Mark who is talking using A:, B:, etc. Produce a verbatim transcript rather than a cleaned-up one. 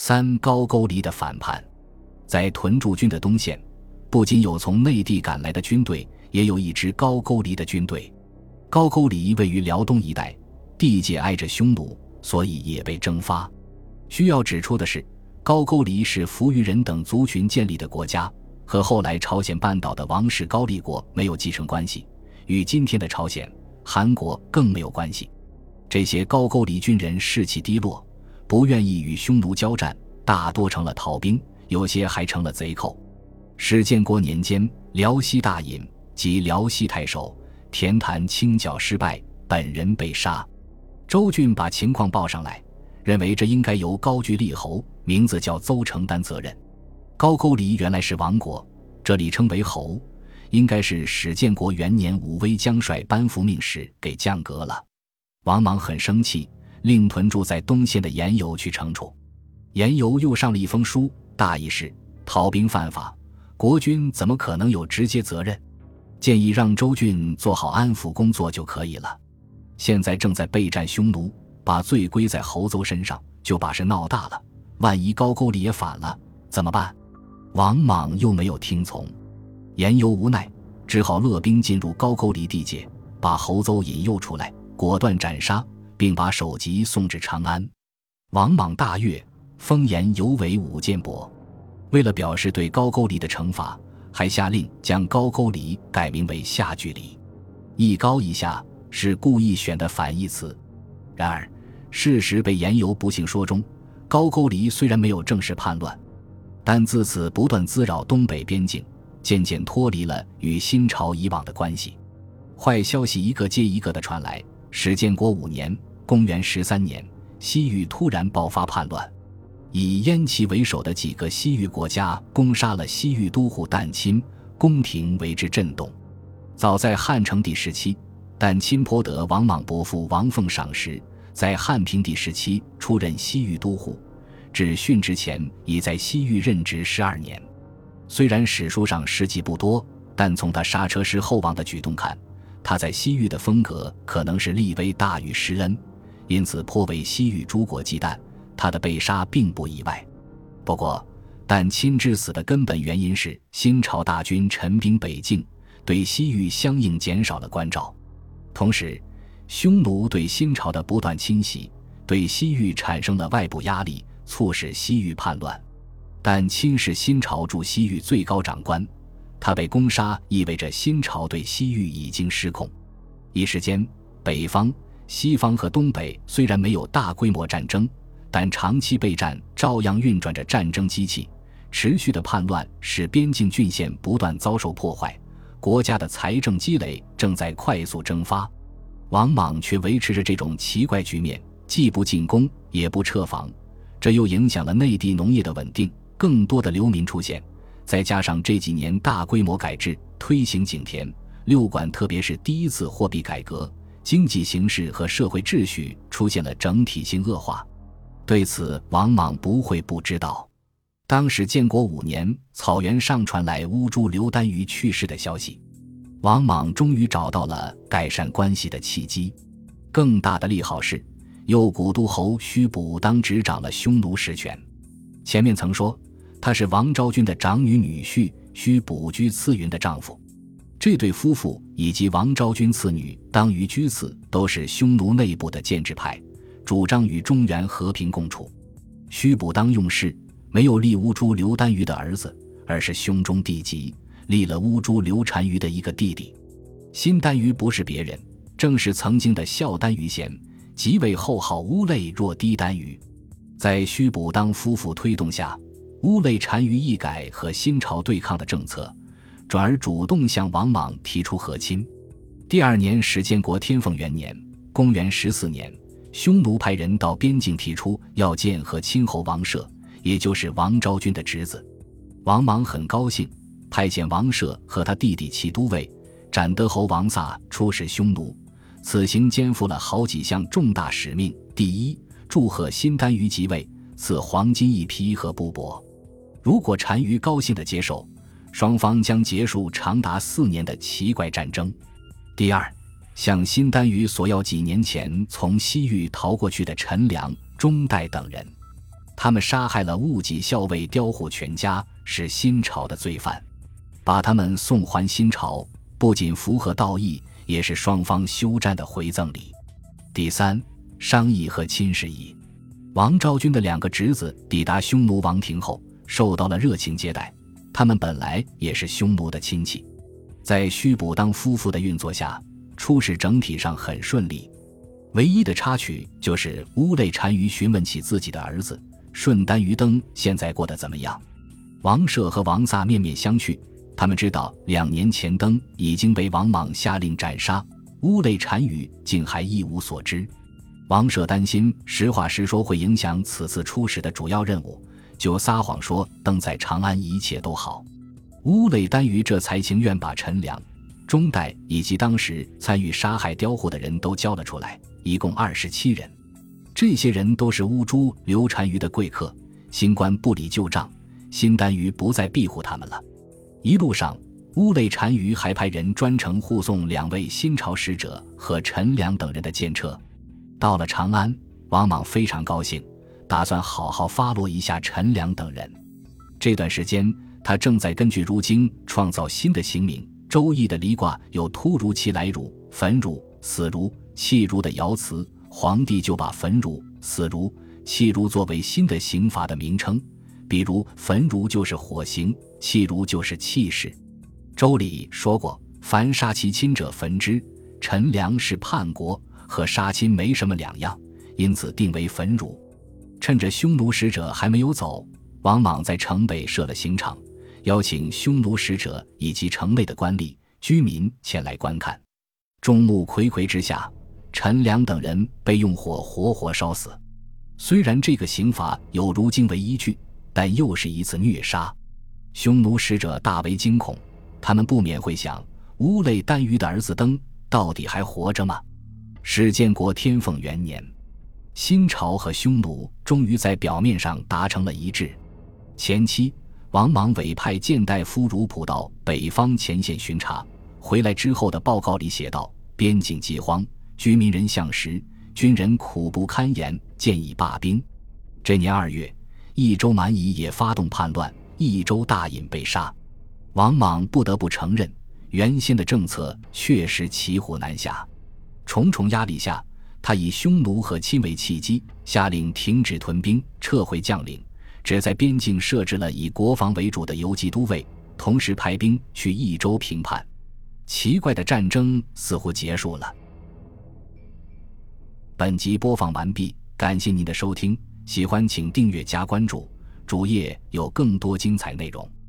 A: 三、高句丽的反叛。在屯驻军的东线，不仅有从内地赶来的军队，也有一支高句丽的军队。高句丽位于辽东一带，地界挨着匈奴，所以也被征发。需要指出的是，高句丽是扶余人等族群建立的国家，和后来朝鲜半岛的王室高丽国没有继承关系，与今天的朝鲜、韩国更没有关系。这些高句丽军人士气低落，不愿意与匈奴交战，大多成了逃兵，有些还成了贼寇。史建国年间，辽西大尹即辽西太守田坛清剿失败，本人被杀。周俊把情况报上来，认为这应该由高句丽侯，名字叫邹承担责任。高句丽原来是王国，这里称为侯，应该是史建国元年武威将帅班福命时给降格了。王莽很生气，令屯驻在东线的严尤去惩处。严尤又上了一封书，大意是逃兵犯法，国军怎么可能有直接责任，建议让周俊做好安抚工作就可以了。现在正在备战匈奴，把罪归在侯邹身上，就把事闹大了，万一高句丽也反了怎么办？王莽又没有听从，严尤无奈，只好勒兵进入高句丽地界，把侯邹引诱出来，果断斩杀，并把首级送至长安。王莽大悦，封严尤为武建伯。为了表示对高句丽的惩罚，还下令将高句丽改名为下句丽。一高一下是故意选的反义词。然而事实被严尤不幸说中，高句丽虽然没有正式叛乱，但自此不断滋扰东北边境，渐渐脱离了与新朝以往的关系。坏消息一个接一个的传来，史建国五年公元十三年，西域突然爆发叛乱，以燕齐为首的几个西域国家攻杀了西域都护旦亲，宫廷为之震动。早在汉成帝时期，旦亲颇得王莽伯父王凤赏识，在汉平帝时期出任西域都护，至殉职前已在西域任职十二年。虽然史书上事迹不多，但从他刹车师后王的举动看，他在西域的风格可能是立威大于施恩，因此颇为西域诸国忌惮，他的被杀并不意外。不过旦亲之死的根本原因是新朝大军陈兵北境，对西域相应减少了关照。同时匈奴对新朝的不断侵袭，对西域产生了外部压力，促使西域叛乱。旦亲是新朝驻西域最高长官，他被攻杀意味着新朝对西域已经失控。一时间，北方、西方和东北虽然没有大规模战争，但长期备战照样运转着战争机器。持续的叛乱使边境郡县不断遭受破坏，国家的财政积累正在快速蒸发。王莽却维持着这种奇怪局面，既不进攻也不撤防，这又影响了内地农业的稳定，更多的流民出现。再加上这几年大规模改制，推行井田六管，特别是第一次货币改革，经济形势和社会秩序出现了整体性恶化。对此王莽不会不知道。当时建国五年，草原上传来乌珠刘丹于去世的消息，王莽终于找到了改善关系的契机。更大的利好是右古都侯须卜当执掌了匈奴实权。前面曾说他是王昭君的长女女婿须卜居次云的丈夫，这对夫妇以及王昭君次女当于居次都是匈奴内部的建制派，主张与中原和平共处。须卜当用事没有立乌珠刘丹于的儿子，而是兄中弟及，立了乌珠刘单于的一个弟弟。新单于不是别人，正是曾经的孝单于贤，即为后号乌类若低单于。在须卜当夫妇推动下，乌类单于一改和新朝对抗的政策，转而主动向王莽提出和亲。第二年史建国天凤元年公元十四年，匈奴派人到边境提出要见和亲侯王舍，也就是王昭君的侄子。王莽很高兴，派遣王舍和他弟弟骑都尉斩德侯王萨出使匈奴。此行肩负了好几项重大使命：第一，祝贺新单于即位，赐黄金一匹和布帛。如果单于高兴地接受，双方将结束长达四年的奇怪战争。第二，向新单于索要几年前从西域逃过去的陈良、钟代等人。 他们杀害了戊己校尉刁护全家，是新朝的罪犯，把他们送还新朝，不仅符合道义，也是双方休战的回赠礼。第三，商议和亲事议。王昭君的两个侄子抵达匈奴王庭后，受到了热情接待，他们本来也是匈奴的亲戚，在须卜当夫妇的运作下，出使整体上很顺利。唯一的插曲就是乌类单于询问起自己的儿子顺单于登现在过得怎么样。王舍和王萨面面相觑，他们知道两年前登已经被王莽下令斩杀，乌类单于竟还一无所知。王舍担心实话实说会影响此次出使的主要任务，就撒谎说登在长安一切都好。乌类单于这才情愿把陈良、钟代以及当时参与杀害刁护的人都交了出来，一共二十七人。这些人都是乌珠刘单于的贵客，新官不理旧账，新单于不再庇护他们了。一路上，乌类单于还派人专程护送两位新朝使者和陈良等人的剑车。到了长安，王莽非常高兴，打算好好发落一下陈良等人。这段时间，他正在根据儒经创造新的刑名。周易的离卦有突如其来如、焚如、死如、弃如的爻辞，皇帝就把焚如、死如、弃如作为新的刑罚的名称，比如焚如就是火刑，弃如就是弃市。周礼说过，凡杀其亲者焚之，陈良是叛国，和杀亲没什么两样，因此定为焚如。趁着匈奴使者还没有走，王莽在城北设了刑场，邀请匈奴使者以及城内的官吏、居民前来观看。众目睽睽之下，陈良等人被用火活活烧死。虽然这个刑罚有儒经为依据，但又是一次虐杀。匈奴使者大为惊恐，他们不免会想，乌类单于的儿子登到底还活着吗？史建国天凤元年，新朝和匈奴终于在表面上达成了一致。前期，王莽委派谏大夫孺普到北方前线巡查，回来之后的报告里写道：边境饥荒，居民人相食，军人苦不堪言，建议罢兵。这年二月，益州蛮夷也发动叛乱，益州大尹被杀。王莽不得不承认，原先的政策确实骑虎难下。重重压力下，他以匈奴和亲为契机，下令停止屯兵，撤回将领，只在边境设置了以国防为主的游击都尉，同时派兵去益州平叛。奇怪的战争似乎结束了。本集播放完毕，感谢您的收听，喜欢请订阅加关注，主页有更多精彩内容。